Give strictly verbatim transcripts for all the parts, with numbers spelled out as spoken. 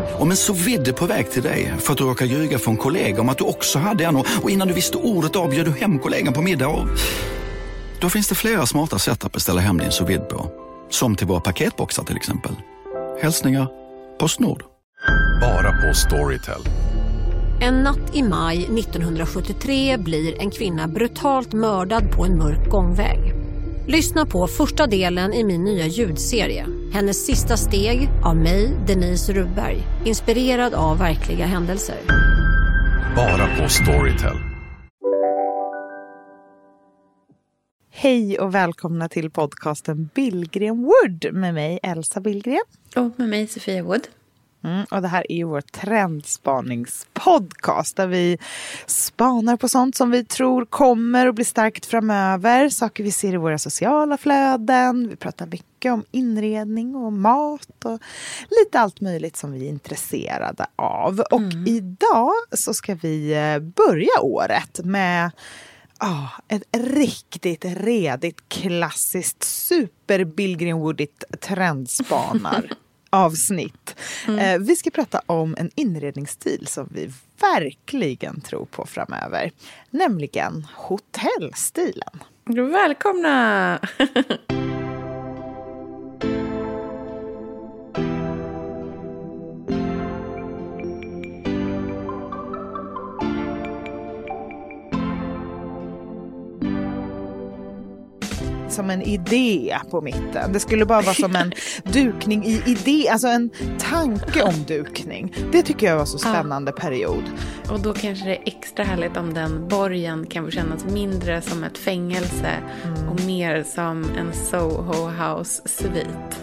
Om en sous vide på väg till dig för att du råkar ljuga från kollega om att du också hade en, och innan du visste ordet av bjöd du hem kollegan på middag. Och då finns det flera smarta sätt att beställa hem din sous vide på. Som till våra paketboxar till exempel. Hälsningar PostNord. Bara på Storytel. En natt i maj nittonhundrasjuttiotre blir en kvinna brutalt mördad på en mörk gångväg. Lyssna på första delen i min nya ljudserie. Hennes sista steg av mig, Denise Rubberg. Inspirerad av verkliga händelser. Bara på Storytel. Hej och välkomna till podcasten Billgren Wood med mig Elsa Billgren. Och med mig Sofia Wood. Mm, och det här är ju vår trendspaningspodcast där vi spanar på sånt som vi tror kommer att bli starkt framöver. Saker vi ser i våra sociala flöden. Vi pratar mycket om inredning och mat och lite allt möjligt som vi är intresserade av. Och mm. idag så ska vi börja året med ah, ett riktigt redigt klassiskt super Billgrenwoodigt trendspanar. avsnitt. Mm. Eh, vi ska prata om en inredningsstil som vi verkligen tror på framöver. Nämligen hotellstilen. Välkomna! Som en idé på mitten. Det skulle bara vara som en dukning i idé. Alltså en tanke om dukning. Det tycker jag var så spännande ja. period. Och då kanske det är extra härligt om den borgen kan få kännas mindre som ett fängelse. Mm. Och mer som en Soho House-svit.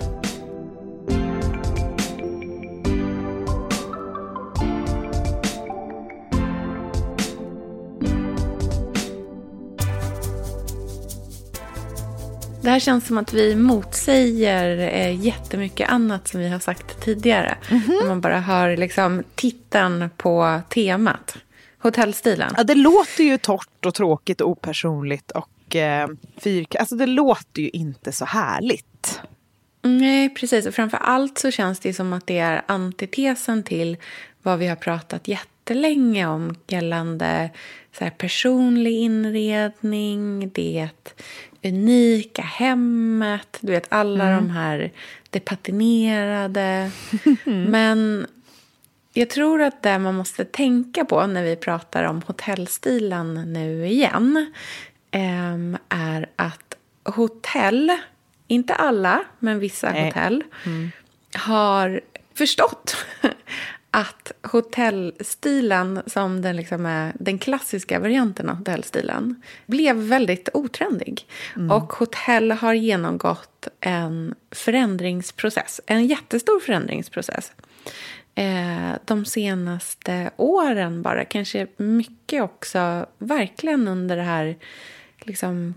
Det här känns som att vi motsäger eh, jättemycket annat som vi har sagt tidigare. Mm-hmm. När man bara hör liksom, titeln på temat. Hotellstilen. Ja, det låter ju torrt och tråkigt och opersonligt och eh, fyrk. Alltså det låter ju inte så härligt. Nej, precis. Och framför allt så känns det som att det är antitesen till vad vi har pratat jättelänge om gällande så här, personlig inredning, det unika hemmet, du vet alla mm. de här det patinerade. Mm. Men jag tror att det man måste tänka på när vi pratar om hotellstilen nu igen äm, är att hotell, inte alla men vissa Nej. hotell mm. har förstått att hotellstilen som den liksom är den klassiska varianten av hotellstilen blev väldigt otrendig. Mm. Och hotell har genomgått en förändringsprocess, en jättestor förändringsprocess. Eh, de senaste åren bara, kanske mycket också verkligen under det här liksom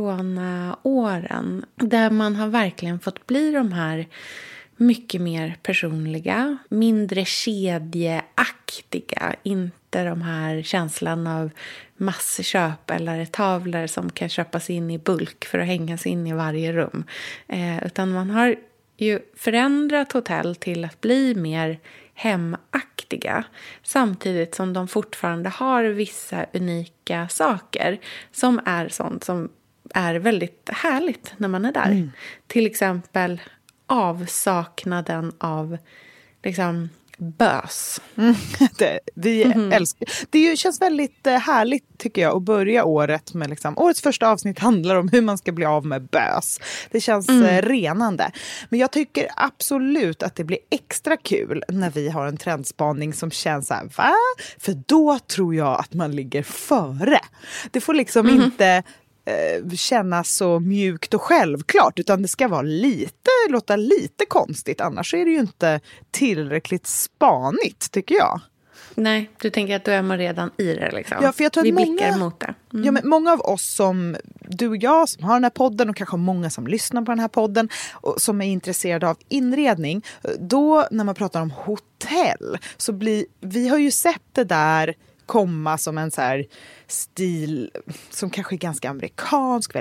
coronaåren där man har verkligen fått bli de här mycket mer personliga, mindre kedjeaktiga, inte de här känslan av massköp eller tavlor som kan köpas in i bulk för att hängas in i varje rum. Eh, utan man har ju förändrat hotell till att bli mer hemaktiga samtidigt som de fortfarande har vissa unika saker som är sånt som är väldigt härligt när man är där. Mm. Till exempel avsaknaden av liksom bös. Mm, det, vi mm. älskar. Det ju, känns väldigt eh, härligt tycker jag att börja året med liksom, årets första avsnitt handlar om hur man ska bli av med bös. Det känns mm. eh, renande. Men jag tycker absolut att det blir extra kul när vi har en trendspaning som känns så här, va? För då tror jag att man ligger före. Det får liksom mm. inte kännas så mjukt och självklart utan det ska vara lite, låta lite konstigt, annars är det ju inte tillräckligt spanigt tycker jag. Nej, du tänker att du är man redan i det liksom. Ja, för jag tror vi att blickar många, mot det. Mm. Ja, men många av oss som du och jag som har den här podden och kanske många som lyssnar på den här podden och som är intresserade av inredning, då när man pratar om hotell så blir, vi har ju sett det där komma som en så här stil som kanske är ganska amerikansk, väldigt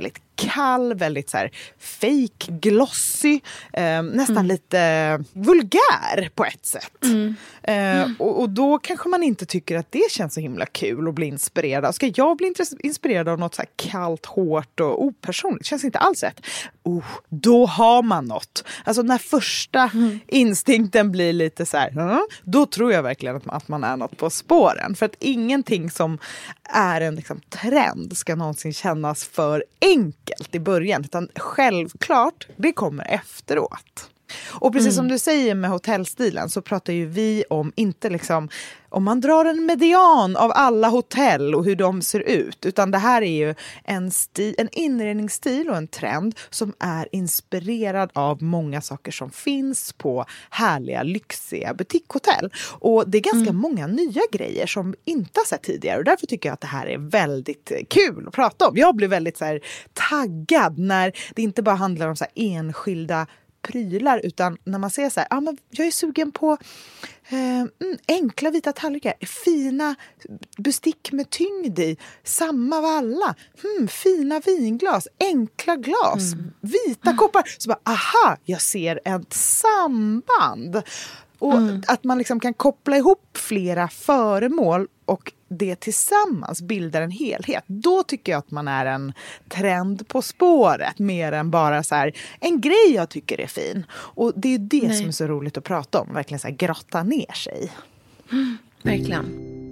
kall, väldigt så här fake, glossy, eh, nästan mm. lite vulgär på ett sätt. Mm. Eh, mm. och, och då kanske man inte tycker att det känns så himla kul att bli inspirerad. Ska jag bli inspirerad av något så här kallt, hårt och opersonligt? Känns inte alls rätt. Oh, då har man något. Alltså när första mm. instinkten blir lite så här, mm, då tror jag verkligen att man, att man är något på spåren. För att ingenting som är en liksom, trend ska någonsin kännas för enkelt i början. Utan självklart, det kommer efteråt. Och precis mm. som du säger med hotellstilen så pratar ju vi om inte liksom om man drar en median av alla hotell och hur de ser ut, utan det här är ju en, stil, en inredningsstil och en trend som är inspirerad av många saker som finns på härliga, lyxiga butikhotell. Och det är ganska mm. många nya grejer som inte har sett tidigare och därför tycker jag att det här är väldigt kul att prata om. Jag blir väldigt så här, taggad när det inte bara handlar om så här, enskilda prylar, utan när man ser så här, ah, men jag är sugen på eh, mm, enkla vita tallrikar, fina bestick med tyngd i, samma av alla, hmm, fina vinglas, enkla glas, mm. vita mm. koppar, så bara, aha, jag ser ett samband. Och mm. att man liksom kan koppla ihop flera föremål och det tillsammans bildar en helhet. Då tycker jag att man är en trend på spåret mer än bara så här, en grej jag tycker är fin. Och det är det Nej. som är så roligt att prata om. Verkligen så här, grotta ner sig. Mm, verkligen.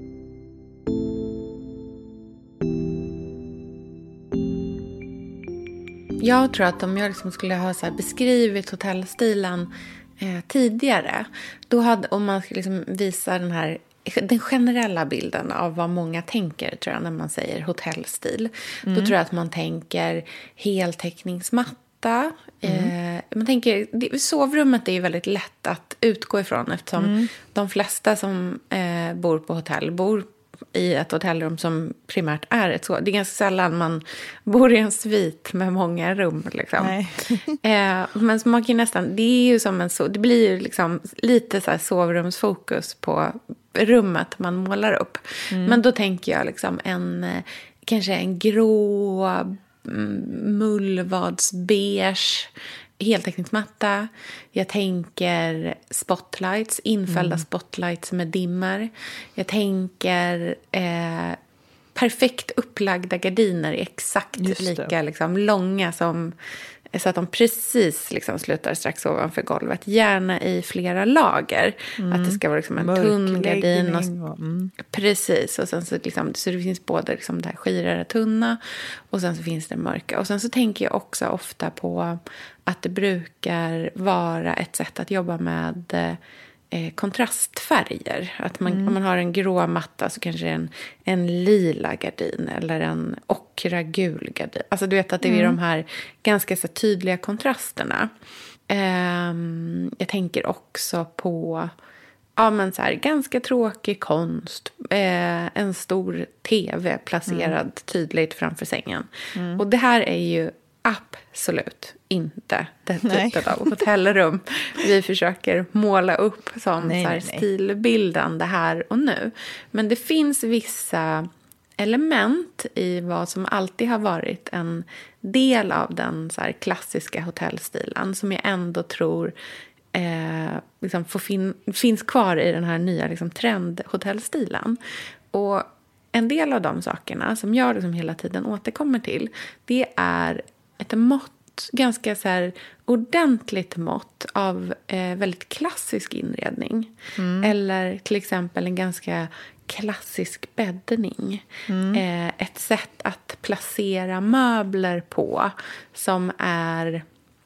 Jag tror att om jag liksom skulle ha så här beskrivit hotellstilen eh, tidigare, då hade, om man skulle liksom visa den här den generella bilden av vad många tänker, tror jag, när man säger hotellstil. Mm. Då tror jag att man tänker heltäckningsmatta. Mm. Eh, man tänker, det, sovrummet är ju väldigt lätt att utgå ifrån eftersom mm. de flesta som eh, bor på hotell bor i ett hotellrum som primärt är ett så. Det är ganska sällan man bor i en svit med många rum liksom. eh, men man kan nästan, det är ju som en så, det blir ju liksom lite så här sovrumsfokus på rummet man målar upp. Mm. Men då tänker jag liksom en kanske en grå mullvadsbeige heltäckningsmatta. Jag tänker spotlights, infällda mm. spotlights med dimmer. Jag tänker eh, perfekt upplagda gardiner, exakt lika liksom, långa som så att de precis liksom slutar strax ovanför golvet. Gärna i flera lager. Mm. Att det ska vara liksom en tunn gardin. Och, mm. Precis. Och sen så, liksom, så det finns både liksom det här skirare tunna. Och sen så finns det mörka. Och sen så tänker jag också ofta på att det brukar vara ett sätt att jobba med eh, kontrastfärger. Att man, mm. om man har en grå matta så kanske det är en, en lila gardin eller en ockra gul gardin. Alltså du vet att det är mm. de här ganska så tydliga kontrasterna. Eh, jag tänker också på ja, men så här, ganska tråkig konst. Eh, en stor tv placerad mm. tydligt framför sängen. Mm. Och det här är ju absolut inte den typen av hotellrum vi försöker måla upp som nej, så här nej. stilbildande här och nu. Men det finns vissa element i vad som alltid har varit en del av den så här klassiska hotellstilen som jag ändå tror eh, liksom får fin- finns kvar i den här nya liksom trendhotellstilen. Och en del av de sakerna som jag liksom hela tiden återkommer till, det är ett mått, ganska så här ordentligt mått av eh, väldigt klassisk inredning. Mm. Eller till exempel en ganska klassisk bäddning. Mm. Eh, ett sätt att placera möbler på som är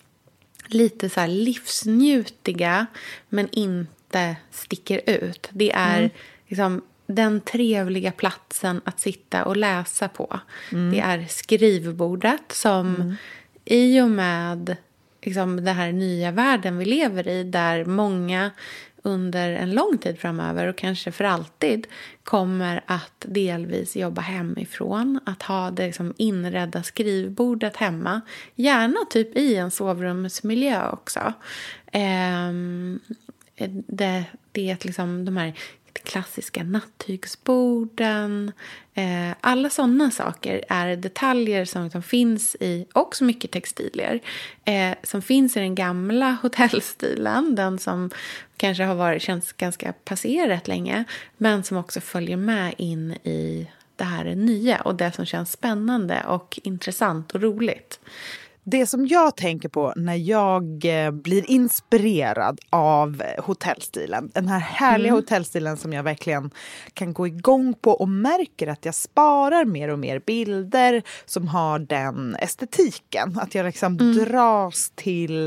lite så här livsnjutiga men inte sticker ut. Det är mm. liksom den trevliga platsen att sitta och läsa på. Mm. Det är skrivbordet som mm. i och med liksom, den här nya världen vi lever i där många under en lång tid framöver och kanske för alltid kommer att delvis jobba hemifrån. Att ha det liksom, inredda skrivbordet hemma. Gärna typ i en sovrumsmiljö också. Ehm, det, det är liksom de här klassiska nattygsborden. Eh, alla sådana saker är detaljer som, som finns i, också mycket textilier, eh, som finns i den gamla hotellstilen. Den som kanske har varit, känns ganska passé rätt länge, men som också följer med in i det här nya och det som känns spännande och intressant och roligt. Det som jag tänker på när jag blir inspirerad av hotellstilen, den här härliga mm. hotellstilen som jag verkligen kan gå igång på och märker att jag sparar mer och mer bilder som har den estetiken. Att jag liksom mm. dras till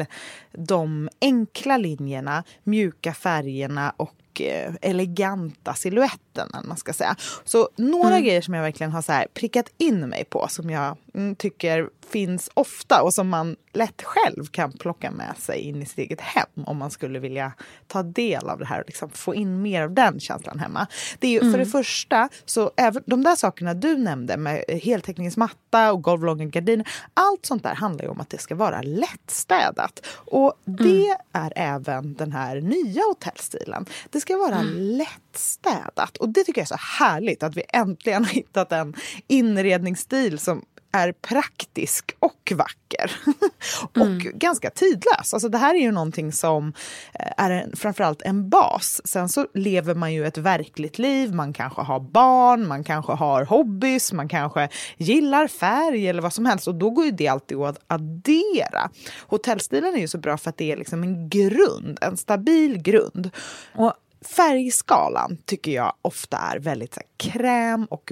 de enkla linjerna, mjuka färgerna och eleganta silhuetten, man ska säga. Så några mm. grejer som jag verkligen har så här prickat in mig på, som jag mm, tycker finns ofta och som man lätt själv kan plocka med sig in i sitt eget hem om man skulle vilja ta del av det här och liksom få in mer av den känslan hemma. Det är ju mm. för det första, så även de där sakerna du nämnde med heltäckningsmatta och golvlånga gardiner, allt sånt där handlar ju om att det ska vara lättstädat. Och det mm. är även den här nya hotellstilen. Det ska vara mm. lättstädat. Och det tycker jag är så härligt att vi äntligen har hittat en inredningsstil som är praktisk och vacker. och mm. ganska tidlös. Alltså det här är ju någonting som är en, framförallt en bas. Sen så lever man ju ett verkligt liv. Man kanske har barn, man kanske har hobbys, man kanske gillar färg eller vad som helst. Och då går ju det alltid att addera. Hotellstilen är ju så bra för att det är liksom en grund, en stabil grund. Och färgskalan tycker jag ofta är väldigt så här, kräm och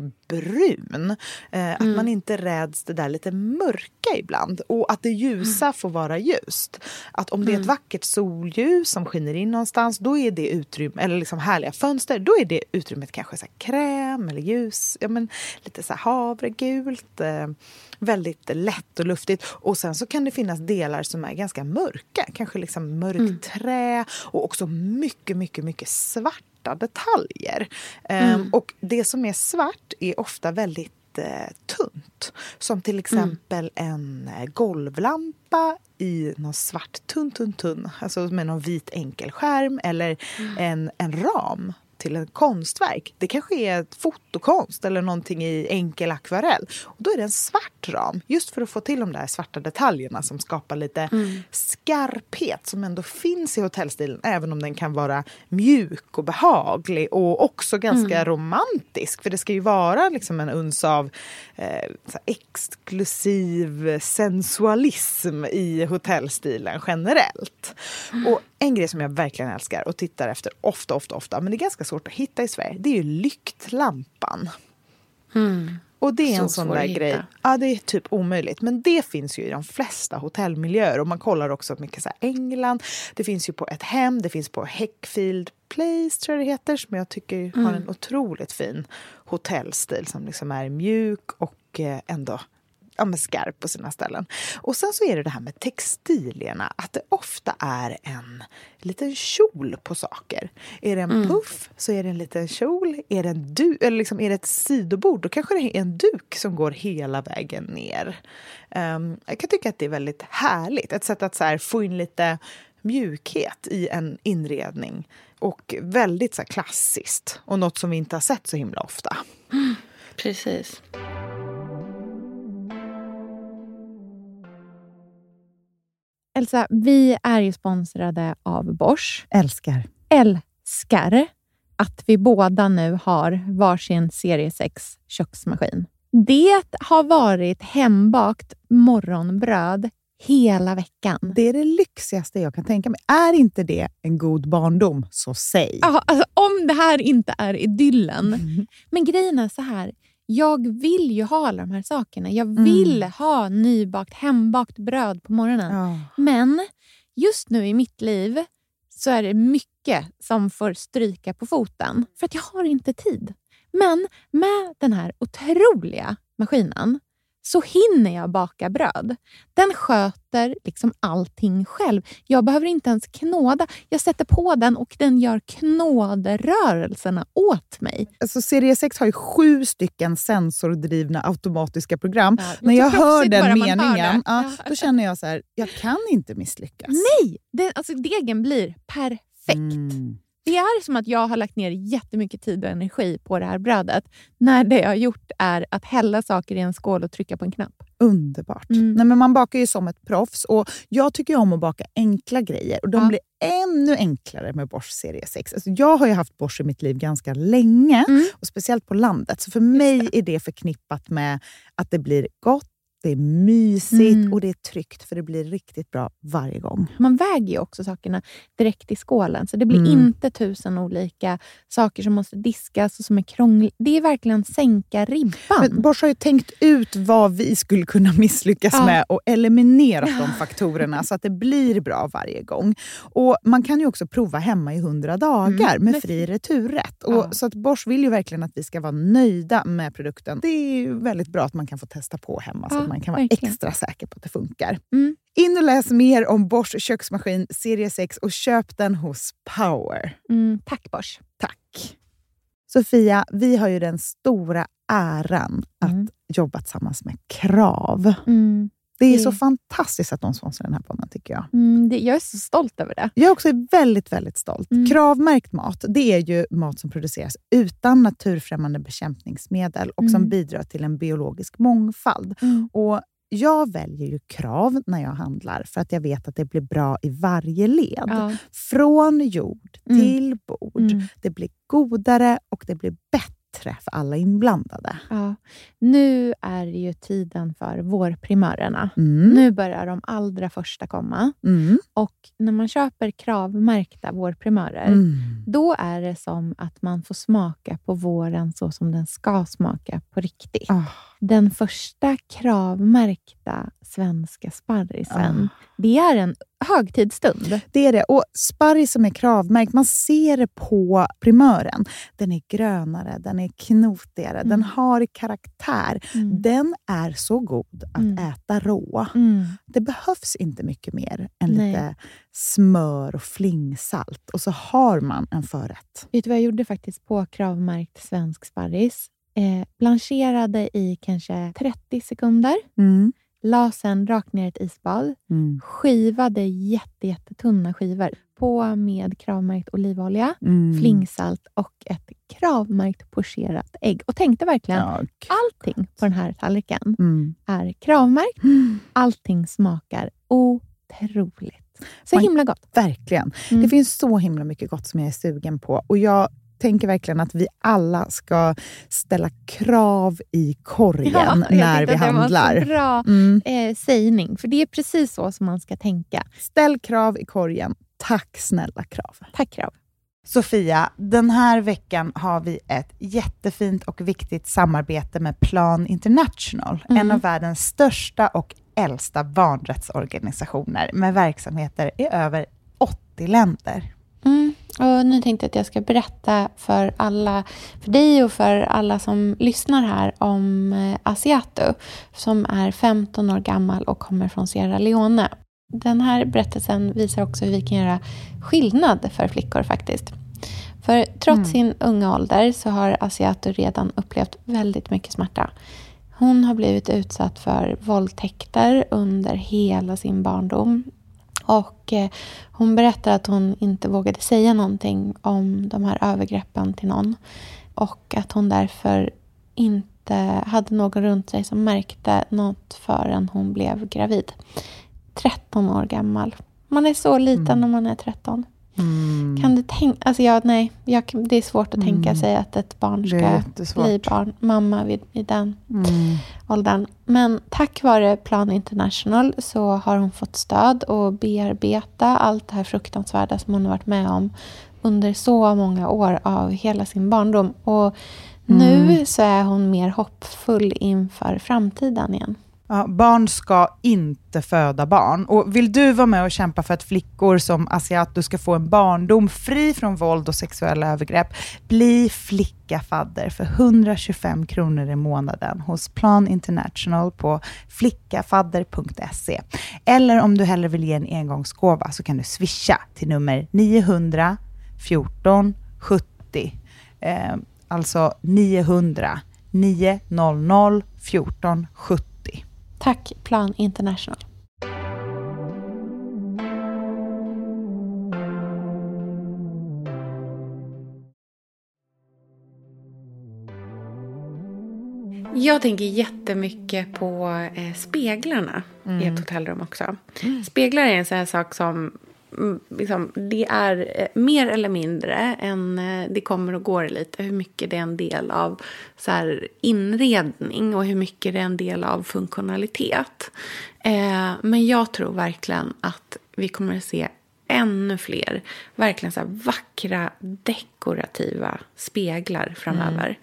brun. Eh, att mm. man inte räds det där lite mörka ibland. Och att det ljusa mm. får vara ljust. Att om det är ett vackert solljus som skiner in någonstans, då är det utrymme, eller liksom härliga fönster, då är det utrymmet kanske så här, kräm eller ljus. Ja, men lite så här havregult. Eh, väldigt lätt och luftigt. Och sen så kan det finnas delar som är ganska mörka. Kanske liksom mörkt mm. trä. Och också mycket, mycket, mycket svarta detaljer. Mm. Um, och det som är svart är ofta väldigt uh, tunt. Som till exempel mm. en uh, golvlampa i någon svart tunn, tunn, tunn. Alltså med någon vit enkel skärm. Eller mm. en, en ram till ett konstverk. Det kanske är ett fotokonst eller någonting i enkel akvarell. Och då är det en svart ram. Just för att få till de där svarta detaljerna som skapar lite mm. skarphet som ändå finns i hotellstilen. Även om den kan vara mjuk och behaglig och också ganska mm. romantisk. För det ska ju vara liksom en uns av eh, så exklusiv sensualism i hotellstilen generellt. Mm. Och en grej som jag verkligen älskar och tittar efter ofta, ofta, ofta, men det är ganska svårt att hitta i Sverige, det är ju lyktlampan. Mm. Och det är så en sån där grej. Ja, det är typ omöjligt. Men det finns ju i de flesta hotellmiljöer. Och man kollar också mycket så här England. Det finns ju på ett hem. Det finns på Heckfield Place, tror jag det heter. Som jag tycker mm. har en otroligt fin hotellstil. Som liksom är mjuk och ändå ja, men skarp på sina ställen. Och sen så är det det här med textilierna. Att det ofta är en liten kjol på saker. Är det en mm. puff så är det en liten kjol. Är det, en du- eller liksom, är det ett sidobord då kanske det är en duk som går hela vägen ner. Um, jag kan tycka att det är väldigt härligt. Ett sätt att så här, få in lite mjukhet i en inredning. Och väldigt så här, klassiskt. Och något som vi inte har sett så himla ofta. Mm. Precis. Elsa, vi är ju sponsrade av Bosch. Älskar. Älskar att vi båda nu har varsin serie sex köksmaskin. Det har varit hembakt morgonbröd hela veckan. Det är det lyxigaste jag kan tänka mig. Är inte det en god barndom, så säg. Ja, alltså, om det här inte är idyllen. Mm. Men grejen är så här. Jag vill ju ha alla de här sakerna. Jag vill mm. ha nybakt, hembakt bröd på morgonen. Oh. Men just nu i mitt liv så är det mycket som får stryka på foten. För att jag har inte tid. Men med den här otroliga maskinen så hinner jag baka bröd. Den sköter liksom allting själv. Jag behöver inte ens knåda. Jag sätter på den och den gör knåderörelserna åt mig. Alltså serie sex har ju sju stycken sensordrivna automatiska program. Ja, när jag hör den meningen, ja, då känner jag så här, jag kan inte misslyckas. Nej, det, alltså degen blir perfekt. Mm. Det är som att jag har lagt ner jättemycket tid och energi på det här brödet. När det jag har gjort är att hälla saker i en skål och trycka på en knapp. Underbart. Mm. Nej, men man bakar ju som ett proffs. Och jag tycker om att baka enkla grejer. Och de Ja. blir ännu enklare med Bosch serie sex. Alltså jag har ju haft Bosch i mitt liv ganska länge. Mm. Och speciellt på landet. Så för mig är det förknippat med att det blir gott. Det är mysigt Mm. och det är tryggt, för det blir riktigt bra varje gång. Man väger ju också sakerna direkt i skålen. Så det blir Mm. inte tusen olika saker som måste diskas och som är krångligt. Det är verkligen sänka ribban. Men Bosch har ju tänkt ut vad vi skulle kunna misslyckas Ja. med och eliminerat de faktorerna så att det blir bra varje gång. Och man kan ju också prova hemma i hundra dagar Mm. med Men- fri returrätt. Ja. Och så att Bosch vill ju verkligen att vi ska vara nöjda med produkten. Det är ju väldigt bra att man kan få testa på hemma så Ja, att man kan vara verkligen. extra säker på att det funkar. Mm. In och läs mer om Bosch köksmaskin serie sex och köp den hos Power. Mm, tack Bosch. Tack. Sofia, vi har ju den stora äran att Mm. jobba tillsammans med Krav. Mm. Det är Det- så fantastiskt att de sponsrar den här podden, tycker jag. Mm, det, jag är så stolt över det. Jag är också väldigt, väldigt stolt. Mm. Kravmärkt mat, det är ju mat som produceras utan naturfrämmande bekämpningsmedel och som Mm. bidrar till en biologisk mångfald. Mm. Och jag väljer ju Krav när jag handlar för att jag vet att det blir bra i varje led. Ja. Från jord Mm. till bord. Mm. Det blir godare och det blir bättre för alla inblandade. Ja. Nu är det ju tiden för vårprimörerna. Mm. Nu börjar de allra första komma. Mm. Och när man köper kravmärkta vårprimörer, Mm. då är det som att man får smaka på våren så som den ska smaka på riktigt. Ah. Den första kravmärkta svenska sparrisen, Ah. det är en högtidsstund. Det är det. Och sparris som är kravmärkt, man ser det på primören. Den är grönare, den är knotigare, Mm. den har karaktär. Mm. Den är så god att Mm. äta rå. Mm. Det behövs inte mycket mer än Nej. lite smör och flingsalt. Och så har man en förrätt. Vet du vad jag gjorde faktiskt på kravmärkt svensk sparris? Eh, blancherade i kanske trettio sekunder. Mm. La sen rakt ner i ett isbad. Mm. Skivade jätte, jättetunna skivor. På med kravmärkt olivolja, Mm. flingsalt och ett kravmärkt pocherat ägg. Och tänkte verkligen, Ja. allting på den här tallriken Mm. är kravmärkt. Mm. Allting smakar otroligt. Så Man- himla gott. Verkligen. Mm. Det finns så himla mycket gott som jag är sugen på. Och jag tänker verkligen att vi alla ska ställa krav i korgen jag när tyckte vi att det var handlar. så bra Mm. eh, sägning. För det är precis så som man ska tänka. Ställ krav i korgen. Tack snälla Krav. Tack Krav. Sofia, den här veckan har vi ett jättefint och viktigt samarbete med Plan International. Mm. En av världens största och äldsta barnrättsorganisationer med verksamheter i över åttio länder. Mm. Och nu tänkte jag att jag ska berätta för alla, för dig och för alla som lyssnar här om eh, Asiato, som är femton år gammal och kommer från Sierra Leone. Den här berättelsen visar också hur vi kan göra skillnad för flickor faktiskt. För trots Mm. sin unga ålder så har Asiato redan upplevt väldigt mycket smärta. Hon har blivit utsatt för våldtäkter under hela sin barndom. Och eh, hon berättar att hon inte vågade säga någonting om de här övergreppen till någon. Och att hon därför inte hade någon runt sig som märkte något förrän hon blev gravid. tretton år gammal. Man är så liten Mm. när man är tretton. Mm. Kan du tänka... Alltså jag, nej, jag, det är svårt att tänka Mm. sig att ett barn Det ska är jättesvårt. bli barn, mamma vid, i den Mm. åldern. Men tack vare Plan International så har hon fått stöd och bearbeta allt det här fruktansvärda som hon har varit med om under så många år av hela sin barndom. Och nu Mm. så är hon mer hoppfull inför framtiden igen. Ja, barn ska inte föda barn. Och vill du vara med och kämpa för att flickor som Asiato ska få en barndom fri från våld och sexuella övergrepp, bli flickafadder för hundratjugofem kronor i månaden hos Plan International på flickafadder punkt se. Eller om du hellre vill ge en engångsgåva så kan du swisha till nummer niohundra fjorton sjuttio. Eh, alltså niohundra niohundra fjorton sjuttio. Tack Plan International. Jag tänker jättemycket på eh, speglarna mm. i ett hotellrum också. Mm. Speglar är en sån här sak som liksom, det är eh, mer eller mindre än eh, det kommer och går lite. Hur mycket det är en del av så här, inredning och hur mycket det är en del av funktionalitet. Eh, men jag tror verkligen att vi kommer att se ännu fler verkligen så här vackra dekorativa speglar framöver.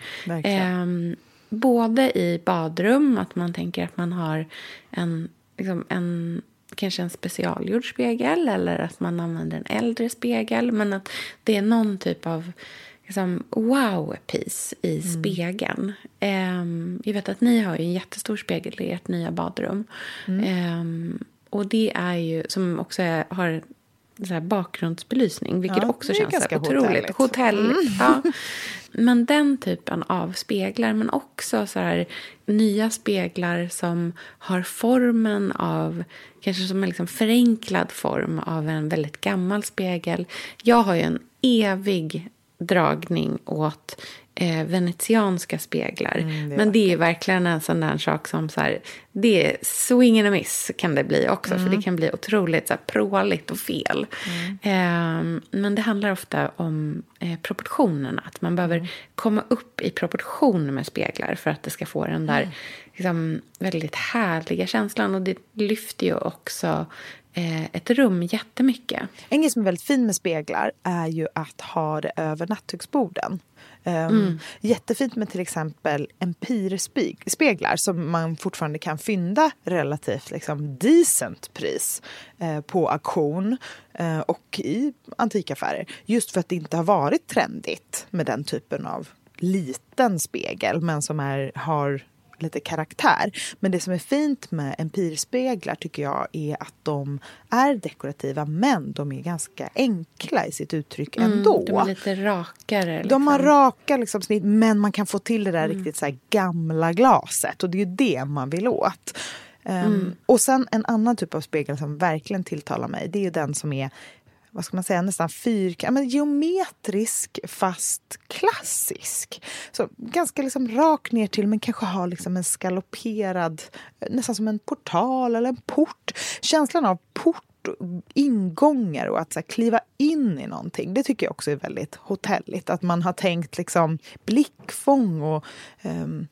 Mm, eh, både i badrum, att man tänker att man har en, liksom en kanske en specialgjord spegel eller att man använder en äldre spegel, men att det är någon typ av liksom, wow-piece i mm. spegeln. Eh, jag vet att ni har ju en jättestor spegel i ert nya badrum. Mm. Eh, och det är ju, som också är, har så här bakgrundsbelysning, vilket ja, också känns så otroligt hotelligt. hotelligt. Mm. Ja. Men den typen av speglar, men också så här nya speglar som har formen av, kanske som en liksom förenklad form av en väldigt gammal spegel. Jag har ju en evig dragning åt eh, venetianska speglar. Mm, det men det är verkligen en sån där sak som så här, det är swing and a miss kan det bli också. Mm. För det kan bli otroligt så här, pråligt och fel. Mm. Eh, men det handlar ofta om eh, proportionerna. Att man behöver mm. komma upp i proportion med speglar för att det ska få den där mm. liksom, väldigt härliga känslan. Och det lyfter ju också ett rum jättemycket. En grej som är väldigt fin med speglar är ju att ha det över nattduksborden. Um, mm. Jättefint med till exempel empirspeglar som man fortfarande kan fynda relativt liksom, decent pris uh, på auktion uh, och i antikaffärer. Just för att det inte har varit trendigt med den typen av liten spegel men som är, har lite karaktär. Men det som är fint med empirspeglar tycker jag är att de är dekorativa men de är ganska enkla i sitt uttryck ändå. Mm, de är lite rakare. Liksom. De har raka liksom, snitt men man kan få till det där mm. riktigt så här gamla glaset och det är ju det man vill åt. Um, mm. Och sen en annan typ av spegel som verkligen tilltalar mig, det är ju den som är, vad ska man säga, nästan fyrkant, men geometrisk fast klassisk. Så ganska liksom rak ner till men kanske har liksom en skaloperad, nästan som en portal eller en port. Känslan av port, ingångar och att så här, kliva in i någonting, det tycker jag också är väldigt hotelligt. Att man har tänkt liksom blickfång och um,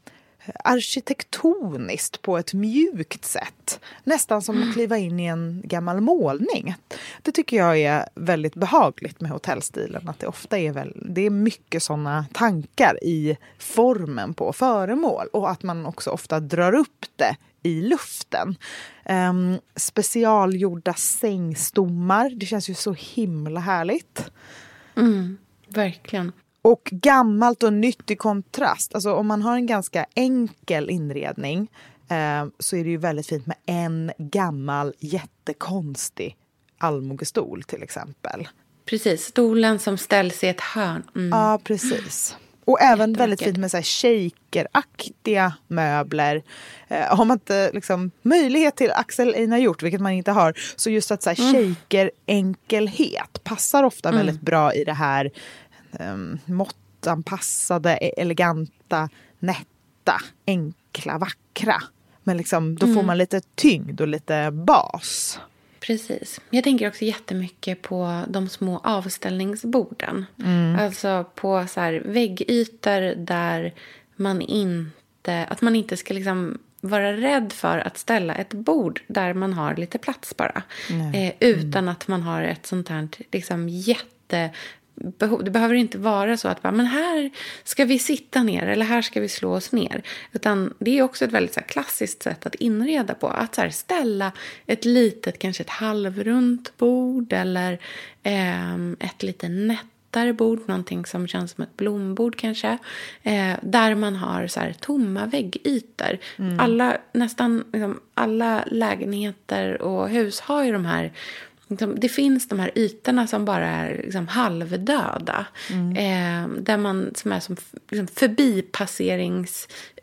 arkitektoniskt på ett mjukt sätt. Nästan som att kliva in i en gammal målning. Det tycker jag är väldigt behagligt med hotellstilen. Att det ofta är, väl, det är mycket sådana tankar i formen på föremål. Och att man också ofta drar upp det i luften. Um, specialgjorda sängstommar. Det känns ju så himla härligt. Mm, verkligen. Och gammalt och nytt i kontrast. Alltså om man har en ganska enkel inredning eh, så är det ju väldigt fint med en gammal jättekonstig allmogestol till exempel. Precis, stolen som ställs i ett hörn. Mm. Ja, precis. Och även väldigt fint med så här shakeraktiga möbler. Eh, har man inte liksom möjlighet till Axel Einar Hjort, vilket man inte har, så just att så här mm. shaker-enkelhet passar ofta mm. väldigt bra i det här Um, måttanpassade, eleganta, nätta, enkla, vackra. Men liksom, då mm. får man lite tyngd och lite bas. Precis. Jag tänker också jättemycket på de små avställningsborden. Mm. Alltså på så här väggytor där man inte, att man inte ska liksom vara rädd för att ställa ett bord där man har lite plats bara. Eh, utan mm. att man har ett sånt här liksom jätte det behöver inte vara så att bara, men här ska vi sitta ner eller här ska vi slå oss ner. Utan det är också ett väldigt så här, klassiskt sätt att inreda på. Att så här, ställa ett litet, kanske ett halvrunt bord eller eh, ett lite nättare bord. Någonting som känns som ett blombord kanske. Eh, där man har så här, tomma väggytor. Mm. Alla, nästan liksom, alla lägenheter och hus har ju de här. Det finns de här ytorna som bara är liksom halvdöda. Mm. Eh, där man som är som liksom förbipasseringsytor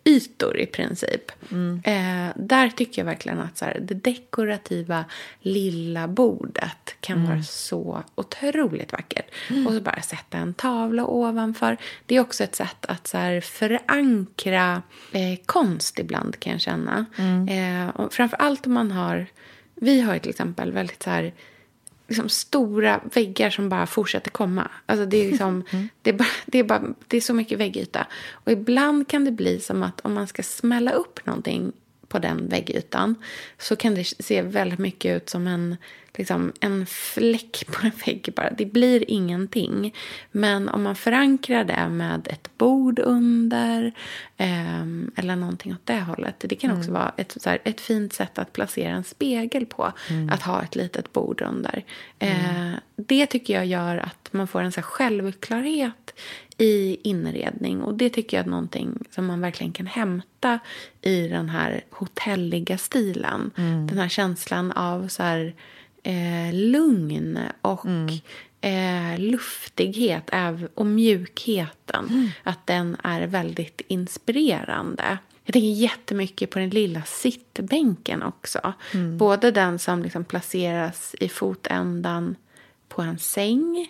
ytor i princip. Mm. Eh, där tycker jag verkligen att så här, det dekorativa lilla bordet kan mm. vara så otroligt vackert. Mm. Och så bara sätta en tavla ovanför. Det är också ett sätt att så här, förankra eh, konst ibland, kan jag känna. Mm. Eh, och framförallt om man har, vi har till exempel väldigt så här, liksom stora väggar som bara fortsätter komma. Alltså det är liksom mm. det, är bara, det är bara det är så mycket väggyta. Och ibland kan det bli som att om man ska smälla upp någonting på den väggytan så kan det se väldigt mycket ut som en liksom en fläck på en vägg bara. Det blir ingenting. Men om man förankrar det med ett bord under eh, eller någonting åt det hållet. Det kan också mm. vara ett, så här, ett fint sätt att placera en spegel på. Mm. Att ha ett litet bord under. Eh, mm. Det tycker jag gör att man får en så här självklarhet i inredning. Och det tycker jag är någonting som man verkligen kan hämta i den här hotelliga stilen. Mm. Den här känslan av så här Eh, lugn och mm. eh, luftighet och mjukheten. Mm. Att den är väldigt inspirerande. Jag tänker jättemycket på den lilla sittbänken också. Mm. Både den som liksom placeras i fotändan på en säng.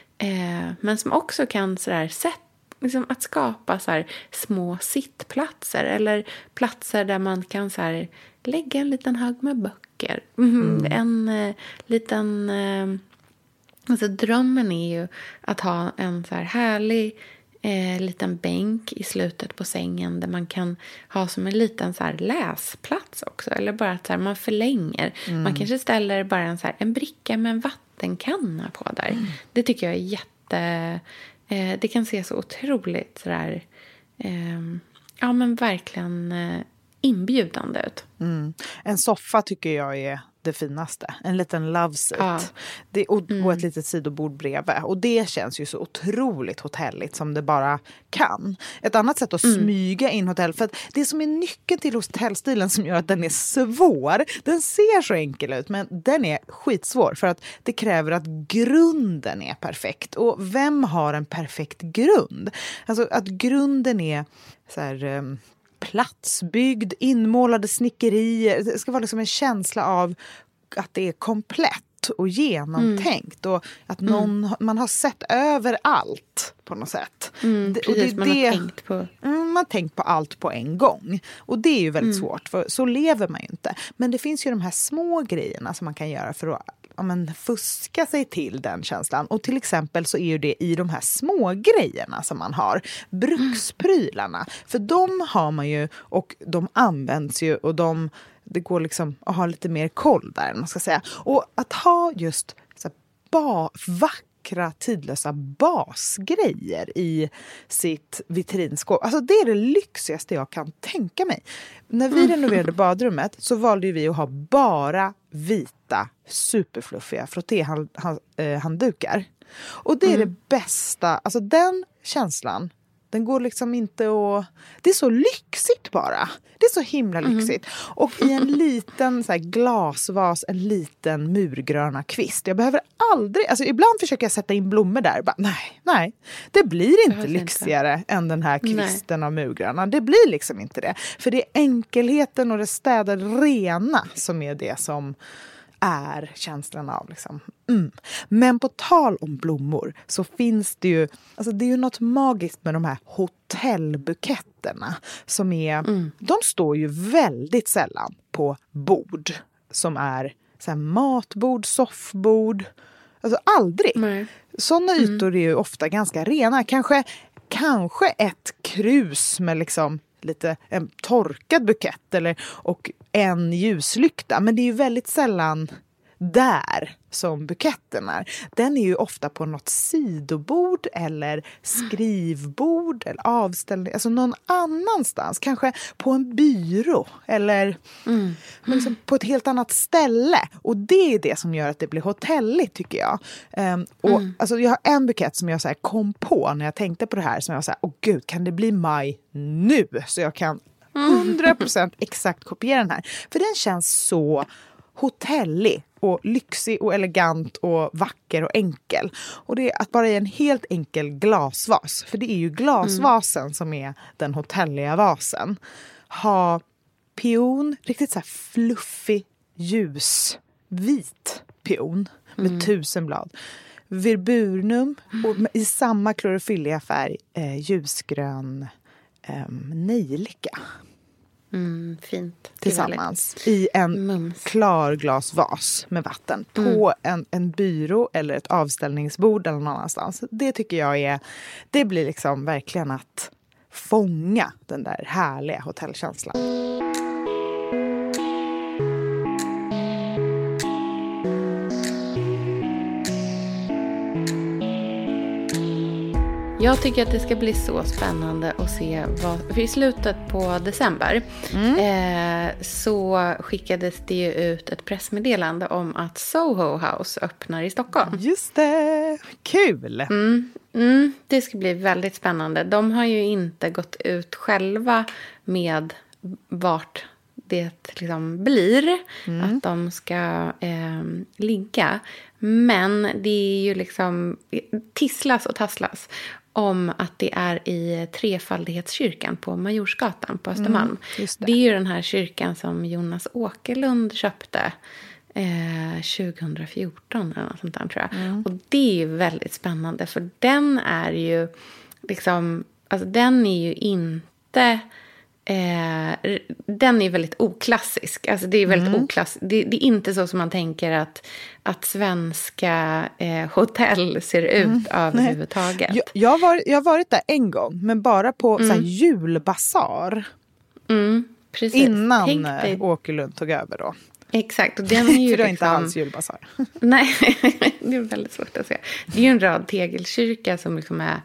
Eh, men som också kan sådär sätta, liksom att skapa så här små sittplatser. Eller platser där man kan så här lägga en liten hög med böcker. Mm. Mm. En uh, liten... Uh, alltså drömmen är ju att ha en så här härlig uh, liten bänk i slutet på sängen. Där man kan ha som en liten så här läsplats också. Eller bara att så här, man förlänger. Mm. Man kanske ställer bara en, så här, en bricka med en vattenkanna på där. Mm. Det tycker jag är jätte... Uh, det kan se så otroligt så där... Uh, ja men verkligen... Uh, inbjudande ut. Mm. En soffa tycker jag är det finaste. En liten love seat. Ja. Det, och, mm. och ett litet sidobord bredvid. Och det känns ju så otroligt hotelligt som det bara kan. Ett annat sätt att mm. smyga in hotell. För att det som är nyckeln till hotellstilen som gör att den är svår. Den ser så enkel ut men den är skitsvår. För att det kräver att grunden är perfekt. Och vem har en perfekt grund? Alltså att grunden är så här... Um, platsbyggd, inmålade snickerier. Det ska vara liksom en känsla av att det är komplett och genomtänkt. Mm. Och att någon, mm. man har sett över allt på något sätt. Mm, det, precis, och det, man det, har tänkt på... Mm, man har tänkt på allt på en gång. Och det är ju väldigt mm. svårt, för så lever man ju inte. Men det finns ju de här små grejerna som man kan göra för att ja, men, fuska sig till den känslan. Och till exempel så är ju det i de här små grejerna som man har. Bruksprylarna. Mm. För de har man ju och de används ju och de, det går liksom att ha lite mer koll där, man ska säga. Och att ha just så här, ba, vackra, tidlösa basgrejer i sitt vitrinskåp. Alltså det är det lyxigaste jag kan tänka mig. När vi renoverade badrummet så valde vi att ha bara vita, superfluffiga frottéhanddukar. Och det är mm. det bästa. Alltså den känslan, den går liksom inte att... Det är så lyxigt bara. Det är så himla lyxigt. Mm. Och i en liten så här, glasvas, en liten murgröna kvist. Jag behöver aldrig... Alltså ibland försöker jag sätta in blommor där. Bara, nej, nej. Det blir inte lyxigare inte. än den här kvisten nej. av murgröna. Det blir liksom inte det. För det är enkelheten och det städade rena som är det som... är känslan av liksom. Mm. Men på tal om blommor så finns det ju, alltså det är ju något magiskt med de här hotellbuketterna som är, mm. de står ju väldigt sällan på bord som är så här matbord, soffbord, alltså aldrig. Nej. Sådana mm. ytor är ju ofta ganska rena, kanske, kanske ett krus med liksom lite en torkad bukett eller, och en ljuslykta. Men det är ju väldigt sällan där som buketten är. Den är ju ofta på något sidobord eller skrivbord eller avställning. Alltså någon annanstans. Kanske på en byrå eller mm. liksom på ett helt annat ställe. Och det är det som gör att det blir hotelligt tycker jag. Um, och mm. alltså, jag har en bukett som jag så här, kom på när jag tänkte på det här. Som jag var så här, åh gud, kan det bli maj nu? Så jag kan hundra procent exakt kopiera den här. För den känns så hotellig och lyxig och elegant och vacker och enkel. Och det är att bara i en helt enkel glasvas, för det är ju glasvasen mm. som är den hotelliga vasen, ha pion, riktigt så här fluffig, ljus, vit pion med mm. tusen blad. Virburnum och i samma klorofylliga färg eh, ljusgrön eh, nejlika. Mm, fint. Tillsammans i en mums. Klar glasvas med vatten på mm. en, en byrå eller ett avställningsbord eller någon annanstans. Det tycker jag är, det blir liksom verkligen att fånga den där härliga hotellkänslan. Jag tycker att det ska bli så spännande att se vad... För i slutet på december mm. eh, så skickades det ju ut ett pressmeddelande om att Soho House öppnar i Stockholm. Just det! Kul! Mm, mm, det ska bli väldigt spännande. De har ju inte gått ut själva med vart det liksom blir. Mm. Att de ska eh, ligga. Men det är ju liksom tisslas och tasslas om att det är i Trefaldighetskyrkan på Majorsgatan på Östermalm. Mm, det. det är ju den här kyrkan som Jonas Åkerlund köpte eh, tjugohundrafjorton eller något sånt där, tror jag. Mm. Och det är ju väldigt spännande, för den är ju liksom, alltså den är ju inte... Eh, den är väldigt oklassisk. Alltså det är väldigt mm. oklass. Det, det är inte så som man tänker att, att svenska eh, hotell ser ut mm. överhuvudtaget. Jag, jag, har varit, jag har varit där en gång, men bara på mm. så här, julbasar. Mm, precis. Innan dig... Åkerlund tog över då. Exakt. Och den är ju för det är liksom... inte hans julbasar. Nej, det är väldigt svårt att se. Det är ju en rad tegelkyrka som liksom är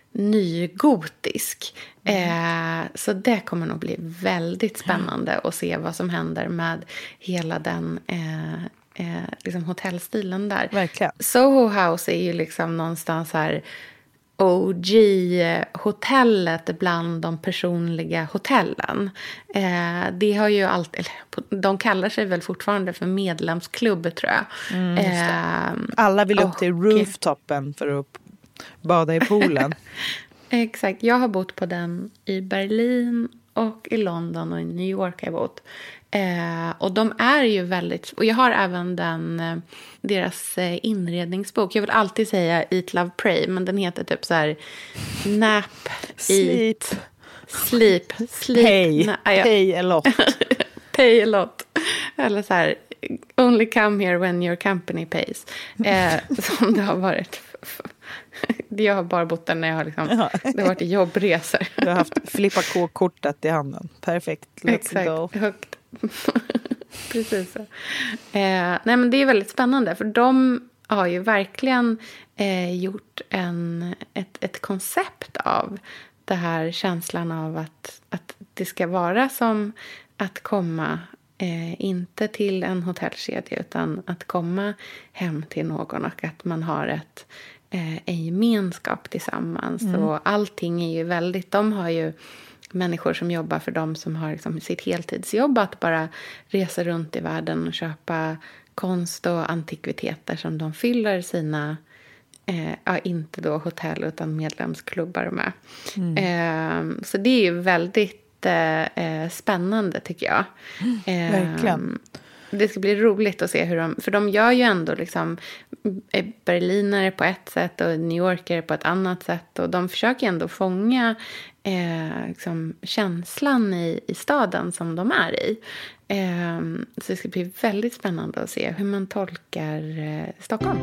nygotisk. Mm. Eh, så det kommer nog bli väldigt spännande mm. att se vad som händer med hela den eh, eh, liksom hotellstilen där. Verkligen. Soho House är ju liksom någonstans här O G-hotellet bland de personliga hotellen. Eh, det har ju alltid, eller, de kallar sig väl fortfarande för medlemsklubb, tror jag. Mm, eh, Alla vill upp och, till rooftopen för att bada i poolen. Exakt. Jag har bott på den i Berlin och i London och i New York har jag bott. Eh, och de är ju väldigt... Och jag har även den, eh, deras eh, inredningsbok. Jag vill alltid säga Eat, Love, Pray. Men den heter typ så här Nap, Sleep. Eat, Sleep, sleep Pay. Na, ja. Pay a lot. Pay a lot. Eller så här Only come here when your company pays. Eh, som det har varit... Jag har bara bott där när jag har liksom, ja. det har varit jobbresor. Du har haft flippa K-kortet i handen. Perfekt. Let's Exakt. Go. Högt. Precis så. Eh, nej, men det är väldigt spännande. För de har ju verkligen eh, gjort en, ett, ett koncept av det här känslan av att, att det ska vara som att komma Eh, inte till en hotellkedja, utan att komma hem till någon och att man har ett, eh, en gemenskap tillsammans. Mm. Och allting är ju väldigt... De har ju människor som jobbar för dem som har liksom sitt heltidsjobb att bara resa runt i världen och köpa konst och antikviteter som de fyller sina... Eh, ja, inte då hotell utan medlemsklubbar med. Mm. Eh, så det är ju väldigt Eh, spännande, tycker jag. Mm, verkligen. Eh, det ska bli roligt att se hur de... För de gör ju ändå liksom berlinare på ett sätt och New Yorkare på ett annat sätt. Och de försöker ändå fånga eh, liksom känslan i, i staden som de är i. Eh, så det ska bli väldigt spännande att se hur man tolkar eh, Stockholm.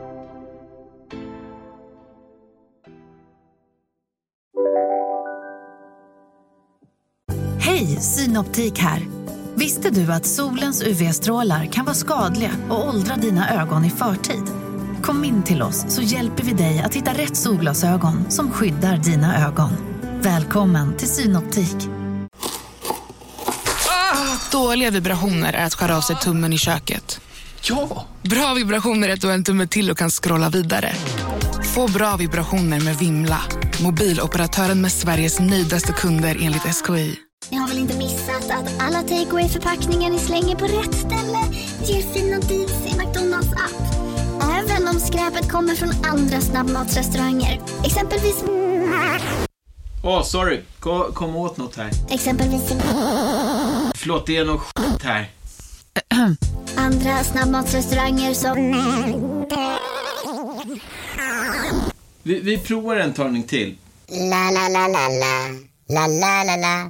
Hej, Synoptik här. Visste du att solens U V-strålar kan vara skadliga och åldra dina ögon i förtid? Kom in till oss så hjälper vi dig att hitta rätt solglasögon som skyddar dina ögon. Välkommen till Synoptik. Ah, dåliga vibrationer är att skära av sig tummen i köket. Ja! Bra vibrationer är att du har en tumme till och kan scrolla vidare. Få bra vibrationer med Vimla. Mobiloperatören med Sveriges nöjdaste kunder enligt S K I. Ni har väl inte missat att alla take-away-förpackningar ni slänger på rätt ställe? ger fina deals i McDonalds app. Även om skräpet kommer från andra snabbmatsrestauranger. Exempelvis... Åh, oh, sorry. Kom, kom åt något här. Exempelvis... Förlåt, det är något skit här. Andra snabbmatsrestauranger som... Vi, vi provar en talning till. La la la la la. La la la la.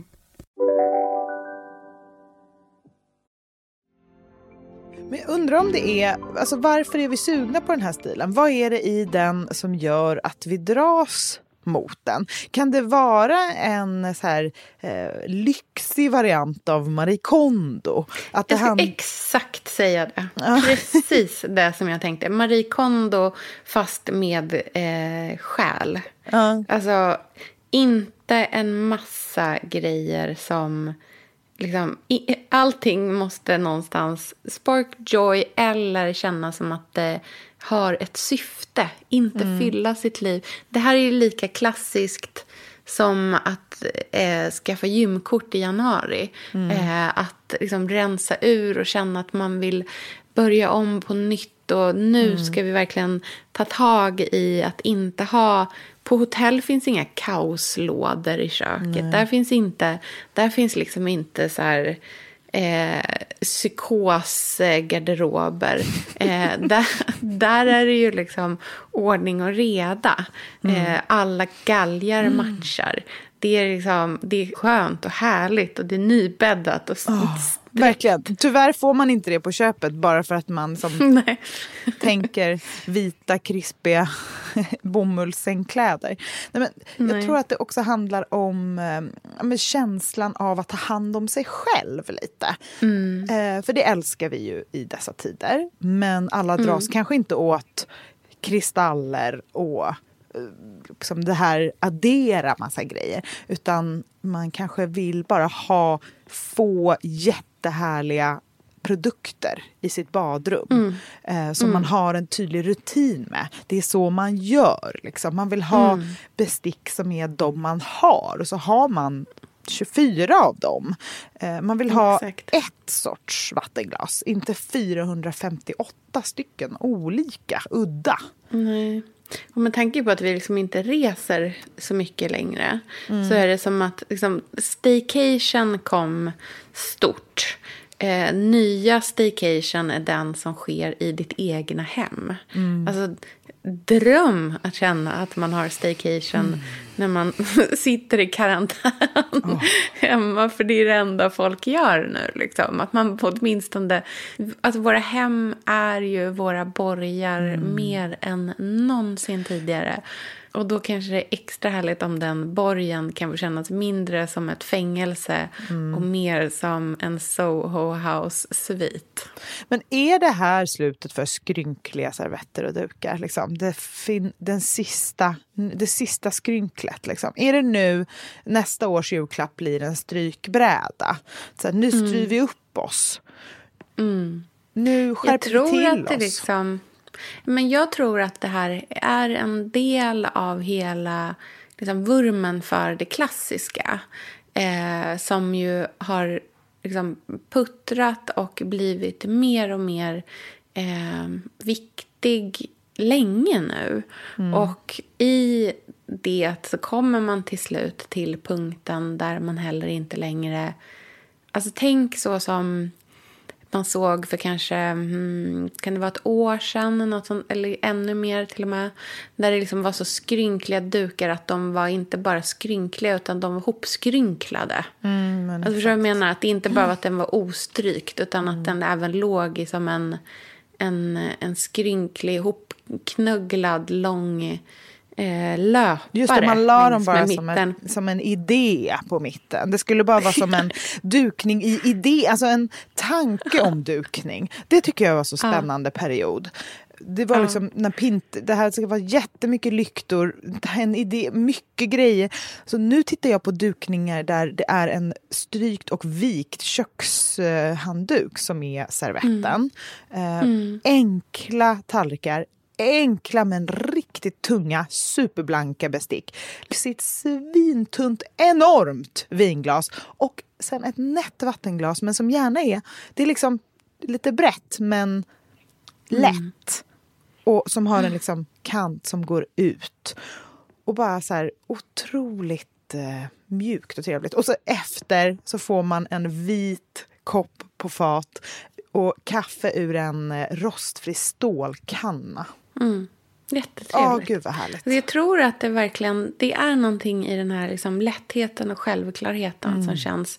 Men jag undrar om det är, alltså varför är vi sugna på den här stilen? Vad är det i den som gör att vi dras mot den? Kan det vara en så här eh, lyxig variant av Marie Kondo? Att det jag ska hand... exakt säga det. Precis det som jag tänkte. Marie Kondo fast med eh, själ. Ja. Alltså inte en massa grejer som... Liksom, i, allting måste någonstans spark joy eller känna som att det har ett syfte. Inte mm. fylla sitt liv. Det här är ju lika klassiskt som att eh, skaffa gymkort i januari. Mm. Eh, att liksom, rensa ur och känna att man vill börja om på nytt. Och nu mm. ska vi verkligen ta tag i att inte ha... På hotell finns inga kaoslådor i köket. Nej. Där finns inte, där finns liksom inte så här eh, psykosgarderober. eh, där, där är det ju liksom ordning och reda. Mm. Eh, alla galgar mm. matchar. Det är liksom, det är skönt och härligt och det är nybäddat och oh, verkligen. Tyvärr får man inte det på köpet bara för att man som Nej. tänker vita krispiga bomullsängkläder. Nej, men Nej. jag tror att det också handlar om eh, med känslan av att ta hand om sig själv lite. Mm. Eh, för det älskar vi ju i dessa tider. Men alla dras mm. kanske inte åt kristaller och liksom det här addera massa grejer, utan man kanske vill bara ha få jättehärliga produkter i sitt badrum mm. eh, som mm. man har en tydlig rutin med. Det är så man gör liksom. Man vill ha mm. bestick som är de man har, och så har man tjugofyra av dem. Eh, man vill ha Exakt. ett sorts vattenglas, inte fyrahundrafemtioåtta stycken olika, udda. Nej. Och med tanke på att vi liksom inte reser så mycket längre mm. så är det som att liksom, staycation kom stort. Eh, nya staycation är den som sker i ditt egna hem. Mm. Alltså dröm att känna att man har staycation mm. när man sitter i karantän oh. hemma, för det är det enda folk gör nu liksom. Att man på åtminstone, alltså våra hem är ju våra borgar mm. mer än någonsin tidigare. Och då kanske det är extra härligt om den borgen kan få kännas mindre som ett fängelse mm. och mer som en Soho House-svit. Men är det här slutet för skrynkliga servetter och dukar? Liksom? Det, fin- den sista, det sista skrynklet. Liksom. Är det nu nästa års julklapp blir en strykbräda? Så här, nu styr mm. vi upp oss. Mm. Nu skärper vi till att det oss. liksom... Men jag tror att det här är en del av hela liksom, vurmen för det klassiska. Eh, som ju har liksom, puttrat och blivit mer och mer eh, viktig länge nu. Mm. Och i det så kommer man till slut till punkten där man heller inte längre... Alltså tänk så som... Man såg för kanske, hmm, kan det vara ett år sedan, något sånt, eller ännu mer till och med, där det liksom var så skrynkliga dukar att de var inte bara skrynkliga utan de var hopskrynklade. Mm, men alltså, jag menar att det inte bara var att den var ostrykt utan mm. att den även låg i som en, en, en skrynklig, hopknugglad, lång... Eh, löpare. Just det, man la dem bara som en, som en idé på mitten. Det skulle bara vara som en dukning i idé, alltså en tanke om dukning. Det tycker jag var så spännande ja. period. Det var ja. liksom när pint, det här ska vara jättemycket lyktor, en idé, mycket grejer. Så nu tittar jag på dukningar där det är en strykt och vikt kökshandduk som är servetten. Mm. Eh, mm. Enkla tallrikar, enkla men riktigt tunga, superblanka bestick. Sitt svintunt, enormt vinglas och sen ett nätt vattenglas, men som gärna är, det är liksom lite brett men lätt. Mm. Och som har en liksom kant som går ut. Och bara så här otroligt eh, mjukt och trevligt. Och så efter så får man en vit kopp på fat. Och kaffe ur en eh, rostfri stålkanna. Mm. Jättetrevligt. Ja, gud vad härligt. Jag tror att det verkligen, det är någonting i den här liksom lättheten och självklarheten mm. som känns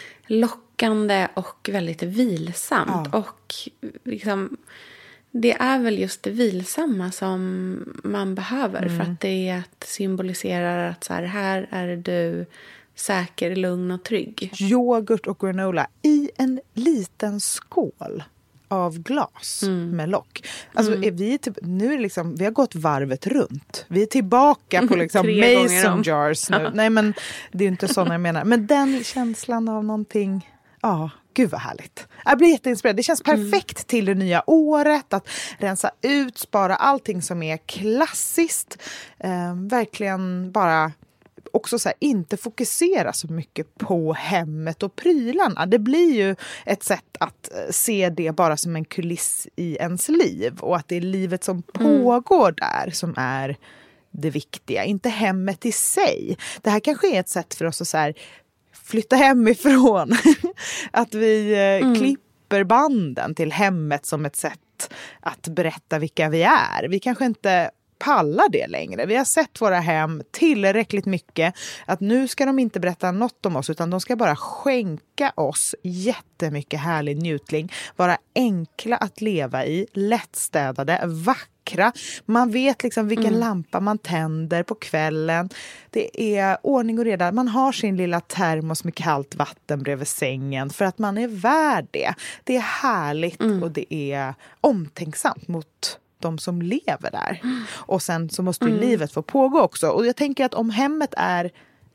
lockande och väldigt vilsamt. Ja. Och liksom, det är väl just det vilsamma som man behöver. Mm. För att det symboliserar att så här, här är du säker, lugn och trygg. Yoghurt och granola i en liten skål av glas mm. med lock. Alltså mm. är vi typ, nu är det liksom, vi har gått varvet runt. Vi är tillbaka på liksom mason jars nu. Nej, men det är ju inte sådana jag menar. Men den känslan av någonting, ja, gud vad härligt. Jag blir jätteinspirerad. Det känns perfekt mm. till det nya året. Att rensa ut, spara allting som är klassiskt. Eh, verkligen bara också så här, inte fokusera så mycket på hemmet och prylarna. Det blir ju ett sätt att se det bara som en kuliss i ens liv. Och att det är livet som pågår mm. där som är det viktiga. Inte hemmet i sig. Det här kanske är ett sätt för oss att så här, flytta hemifrån. Att vi mm. klipper banden till hemmet som ett sätt att berätta vilka vi är. Vi kanske inte pallar det längre. Vi har sett våra hem tillräckligt mycket att nu ska de inte berätta något om oss utan de ska bara skänka oss jättemycket härlig njutning. Vara enkla att leva i, lättstädade, vackra. Man vet liksom vilken mm. lampa man tänder på kvällen. Det är ordning och reda. Man har sin lilla termos med kallt vatten bredvid sängen för att man är värd det. Det är härligt mm. och det är omtänksamt mot de som lever där. Mm. Och sen så måste ju mm. livet få pågå också. Och jag tänker att om hemmet är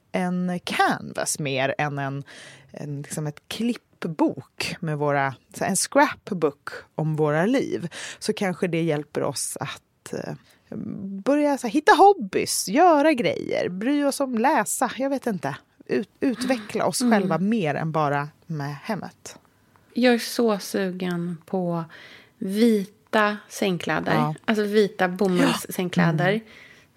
en canvas mer än en, en liksom ett klippbok med våra, en scrapbook om våra liv, så kanske det hjälper oss att eh, börja så här, hitta hobbys, göra grejer, bry oss om läsa, jag vet inte. Ut, utveckla oss mm. själva mer än bara med hemmet. Jag är så sugen på vit vita sängkläder, ja. Alltså vita bomullssängkläder, mm.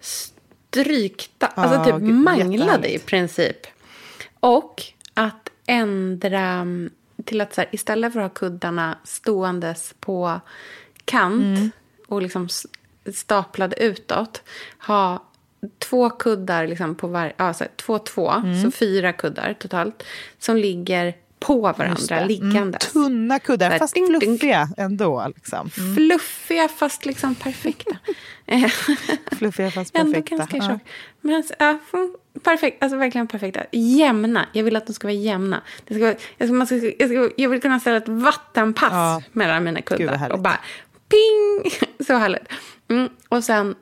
strykta, ja, alltså typ manglade i princip. Och att ändra till att så här, istället för att ha kuddarna ståendes på kant mm. och liksom staplade utåt, ha två kuddar liksom på varje, alltså två två, mm. så fyra kuddar totalt som ligger på varandra, liggandes. Mm, tunna kuddar, där, fast ding, fluffiga ding. Ändå. Liksom. Mm. Fluffiga, fast liksom perfekta. Fluffiga, fast perfekta. Ändå ganska ja. tjock. Men ja, perfekt, alltså verkligen perfekta. Jämna, jag vill att de ska vara jämna. Det ska vara, jag, ska, man ska, jag, ska, jag vill kunna ställa ett vattenpass ja. mellan mina kuddar. Och bara ping! Så härligt. Mm. Och sen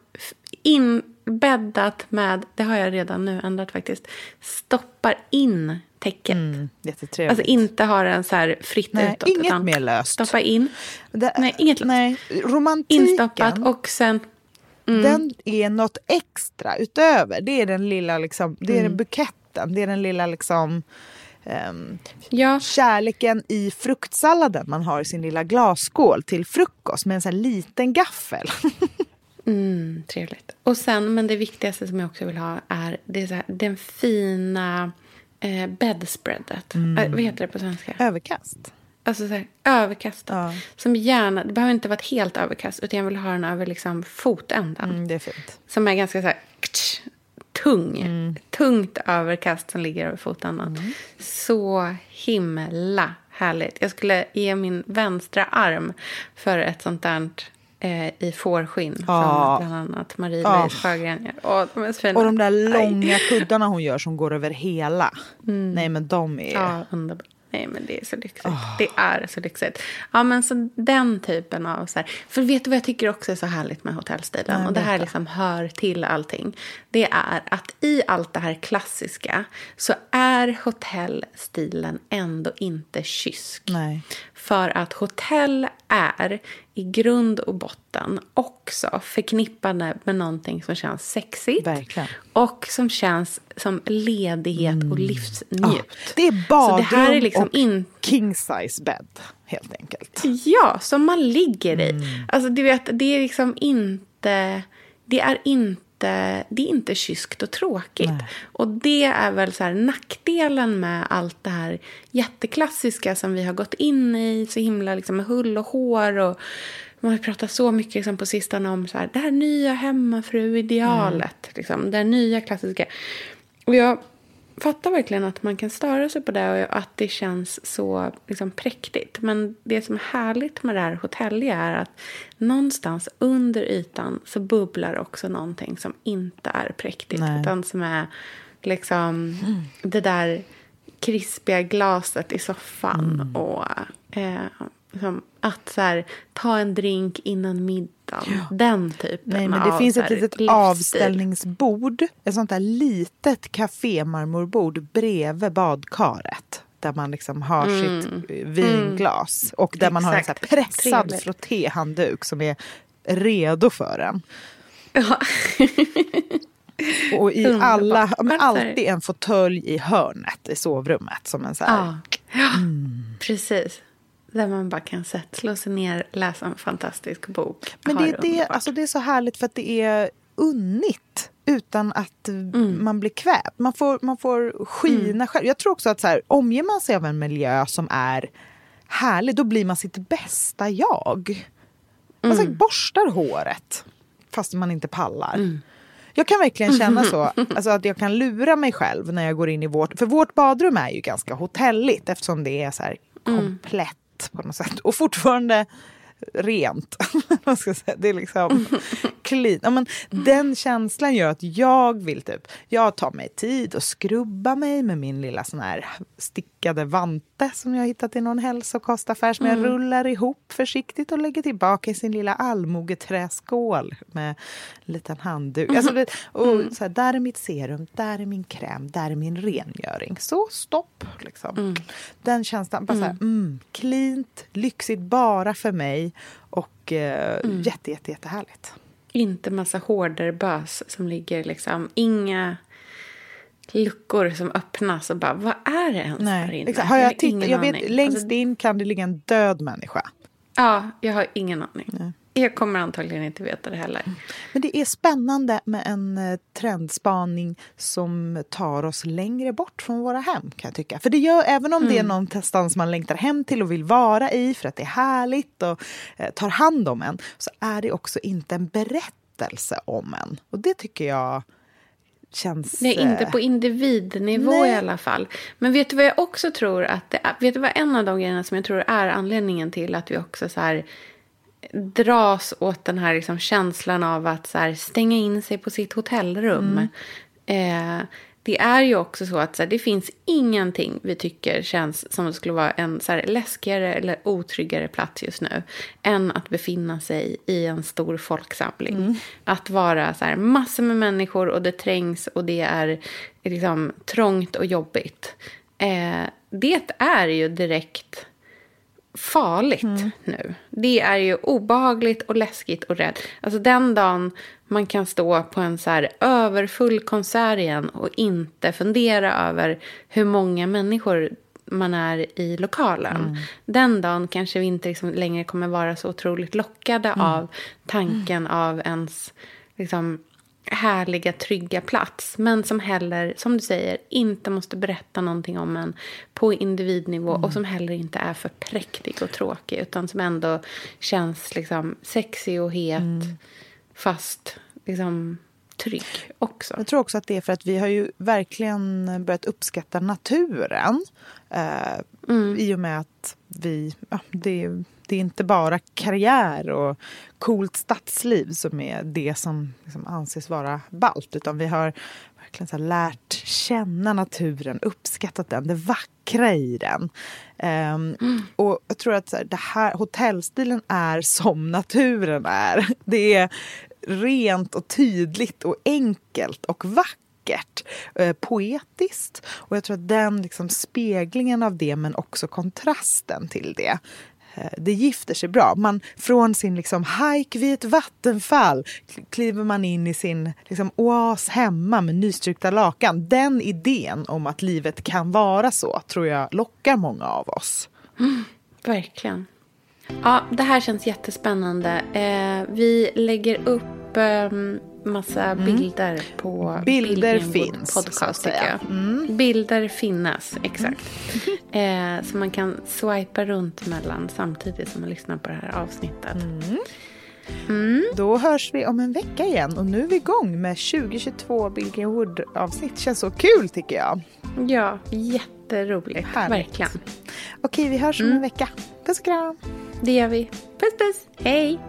inbäddat med, det har jag redan nu ändrat faktiskt, stoppar in täcket. Mm, jättetrevligt. Alltså inte ha den så här fritt nej, utåt. Inget utan mer löst. Stoppa in. Det, nej, inget löst. Nej, romantiken. Instoppat och sen... Mm. Den är något extra utöver. Det är den lilla liksom, det är mm. den buketten. Det är den lilla liksom... Um, ja. kärleken i fruktsalladen man har i sin lilla glasskål till frukost med en sån här liten gaffel. mm, trevligt. Och sen, men det viktigaste som jag också vill ha är, det är så här, den fina... Eh, bedspreadet. Mm. Eh, vad heter det på svenska? Överkast. Alltså så här, överkastat. Ja. Som gärna, det behöver inte vara ett helt överkast, utan jag vill ha den över liksom fotändan. Mm, det är fint. Som är ganska så här ktsch, tung. Mm. Tungt överkast som ligger över fotändan. Mm. Så himla härligt. Jag skulle ge min vänstra arm för ett sånt där i fårskinn ja. som bland annat Marie-Louise ja. Sjögren gör. Åh, de är så fina. Och de där långa Aj. kuddarna hon gör som går över hela. Mm. Nej, men de är... Ja, underbart. Nej, men det är så lyxigt. Oh. Det är så lyxigt. Ja, men så den typen av så här. För vet du vad jag tycker också är så härligt med hotellstilen? Nej, och det här liksom hör till allting. Det är att i allt det här klassiska så är hotellstilen ändå inte kysk. Nej. För att hotell är i grund och botten också förknippade med någonting som känns sexigt. Verkligen. Och som känns som ledighet mm. och livsnjut. Ja, det är badrum så det här är liksom och in... king size bed. helt enkelt. Ja, som man ligger i. Mm. Alltså du vet, det är liksom inte... Det är inte, det är inte kyskt och tråkigt. Nej. Och det är väl så här nackdelen med allt det här jätteklassiska som vi har gått in i. Så himla liksom med hull och hår. Och man har pratat så mycket liksom på sistone om så här, det här nya hemmafru-idealet. Mm. Liksom, det här nya klassiska. Och jag fattar verkligen att man kan störa sig på det och att det känns så liksom präktigt. Men det som är härligt med det här hotellet är att någonstans under ytan så bubblar också någonting som inte är präktigt. Nej. Utan som är liksom mm. det där krispiga glaset i soffan mm. och eh, som att så här, ta en drink innan middagen. Ja. Den typen. Nej, men det av, finnt ett här, litet livsstil. Avställningsbord. Ett sånt där litet kafémarmorbord bredvid badkaret. Där man liksom har mm. sitt vinglas. Mm. Och där Exakt. Man har en så här pressad Trevligt. Frottéhandduk som är redo för en. Ja. Och i alla, men alltid en fåtölj i hörnet i sovrummet. Som en så här. Ja, mm. precis. Där man bara kan sätta, slå sig ner, läsa en fantastisk bok. Men det är, det, alltså det är så härligt för att det är unnigt utan att mm. man blir kvävd. Man får, man får skina mm. själv. Jag tror också att så här, omger man sig av en miljö som är härlig, då blir man sitt bästa jag. Man mm. så borstar håret fast man inte pallar. Mm. Jag kan verkligen känna så, alltså att jag kan lura mig själv när jag går in i vårt... För vårt badrum är ju ganska hotelligt eftersom det är så här komplett. Mm. På något sätt. Och fortfarande rent. Man ska säga. Det är liksom clean. Ja, men den känslan gör att jag vill typ, jag tar mig tid och skrubba mig med min lilla sån här stickade vante som jag hittat i någon hälsokostaffär som mm. jag rullar ihop försiktigt och lägger tillbaka i sin lilla allmogeträskål med en liten handduk. Alltså det, och så här, där är mitt serum, där är min kräm, där är min rengöring. Så stopp liksom. Mm. Den känslan bara mm. så här, mm, cleant, lyxigt bara för mig och eh, mm. jätte, jätte, jättehärligt. Inte massa hårderbös som ligger liksom, inga luckor som öppnas och bara, vad är det ens Nej, här inne? Exakt. Har jag tittat, jag vet, längst alltså, in kan det ligga en död människa. Ja, jag har ingen aning. Nej. Jag kommer antagligen inte veta det heller. Men det är spännande med en trendspaning som tar oss längre bort från våra hem, kan jag tycka. För det gör, även om mm. det är någonstans man längtar hem till och vill vara i för att det är härligt och eh, tar hand om en, så är det också inte en berättelse om en. Och det tycker jag känns... Nej, inte på individnivå Nej. I alla fall. Men vet du vad jag också tror att det är? Vet du vad en av de grejerna som jag tror är anledningen till att vi också så här dras åt den här liksom känslan av att så här stänga in sig på sitt hotellrum. Mm. Eh, det är ju också så att så här, det finns ingenting vi tycker känns som det skulle vara en så här läskigare eller otryggare plats just nu än att befinna sig i en stor folksamling. Mm. Att vara så här massor med människor och det trängs och det är liksom trångt och jobbigt. Eh, det är ju direkt farligt mm. nu. Det är ju obehagligt och läskigt och rädd. Alltså den dagen man kan stå på en så här överfull konsert igen och inte fundera över hur många människor man är i lokalen. Mm. Den dagen kanske vi inte liksom längre kommer vara så otroligt lockade mm. av tanken mm. av ens liksom härliga, trygga plats. Men som heller, som du säger, inte måste berätta någonting om en på individnivå. Mm. Och som heller inte är för präktig och tråkig. Utan som ändå känns liksom sexig och het. Mm. Fast liksom trygg också. Jag tror också att det är för att vi har ju verkligen börjat uppskatta naturen. Eh, mm. I och med att vi... Ja, det är, det är inte bara karriär och coolt stadsliv som är det som liksom anses vara ballt. Utan vi har verkligen så här lärt känna naturen, uppskattat den, det vackra i den. Um, mm. Och jag tror att så här, det här hotellstilen är som naturen är. Det är rent och tydligt och enkelt och vackert. Eh, poetiskt. Och jag tror att den liksom speglingen av det, men också kontrasten till det, det gifter sig bra. Man, från sin liksom hike vid ett vattenfall kliver man in i sin liksom oas hemma med nystryckta lakan. Den idén om att livet kan vara så tror jag lockar många av oss. Mm. Verkligen. Ja, det här känns jättespännande. Eh, vi lägger upp eh, massa mm. bilder på bilder finns podcast, tycker jag. Mm. Bilder finnas, exakt. Mm. eh, så man kan swipa runt mellan samtidigt som man lyssnar på det här avsnittet. Mm. Mm. Då hörs vi om en vecka igen. Och nu är vi igång med tjugo tjugotvå Billgren Wood-avsnitt. Känns så kul, tycker jag. Ja, jätteroligt. Härligt. Verkligen. Okej, vi hörs om mm. en vecka. Puss och kram. Det gör vi. Puss, puss. Hej.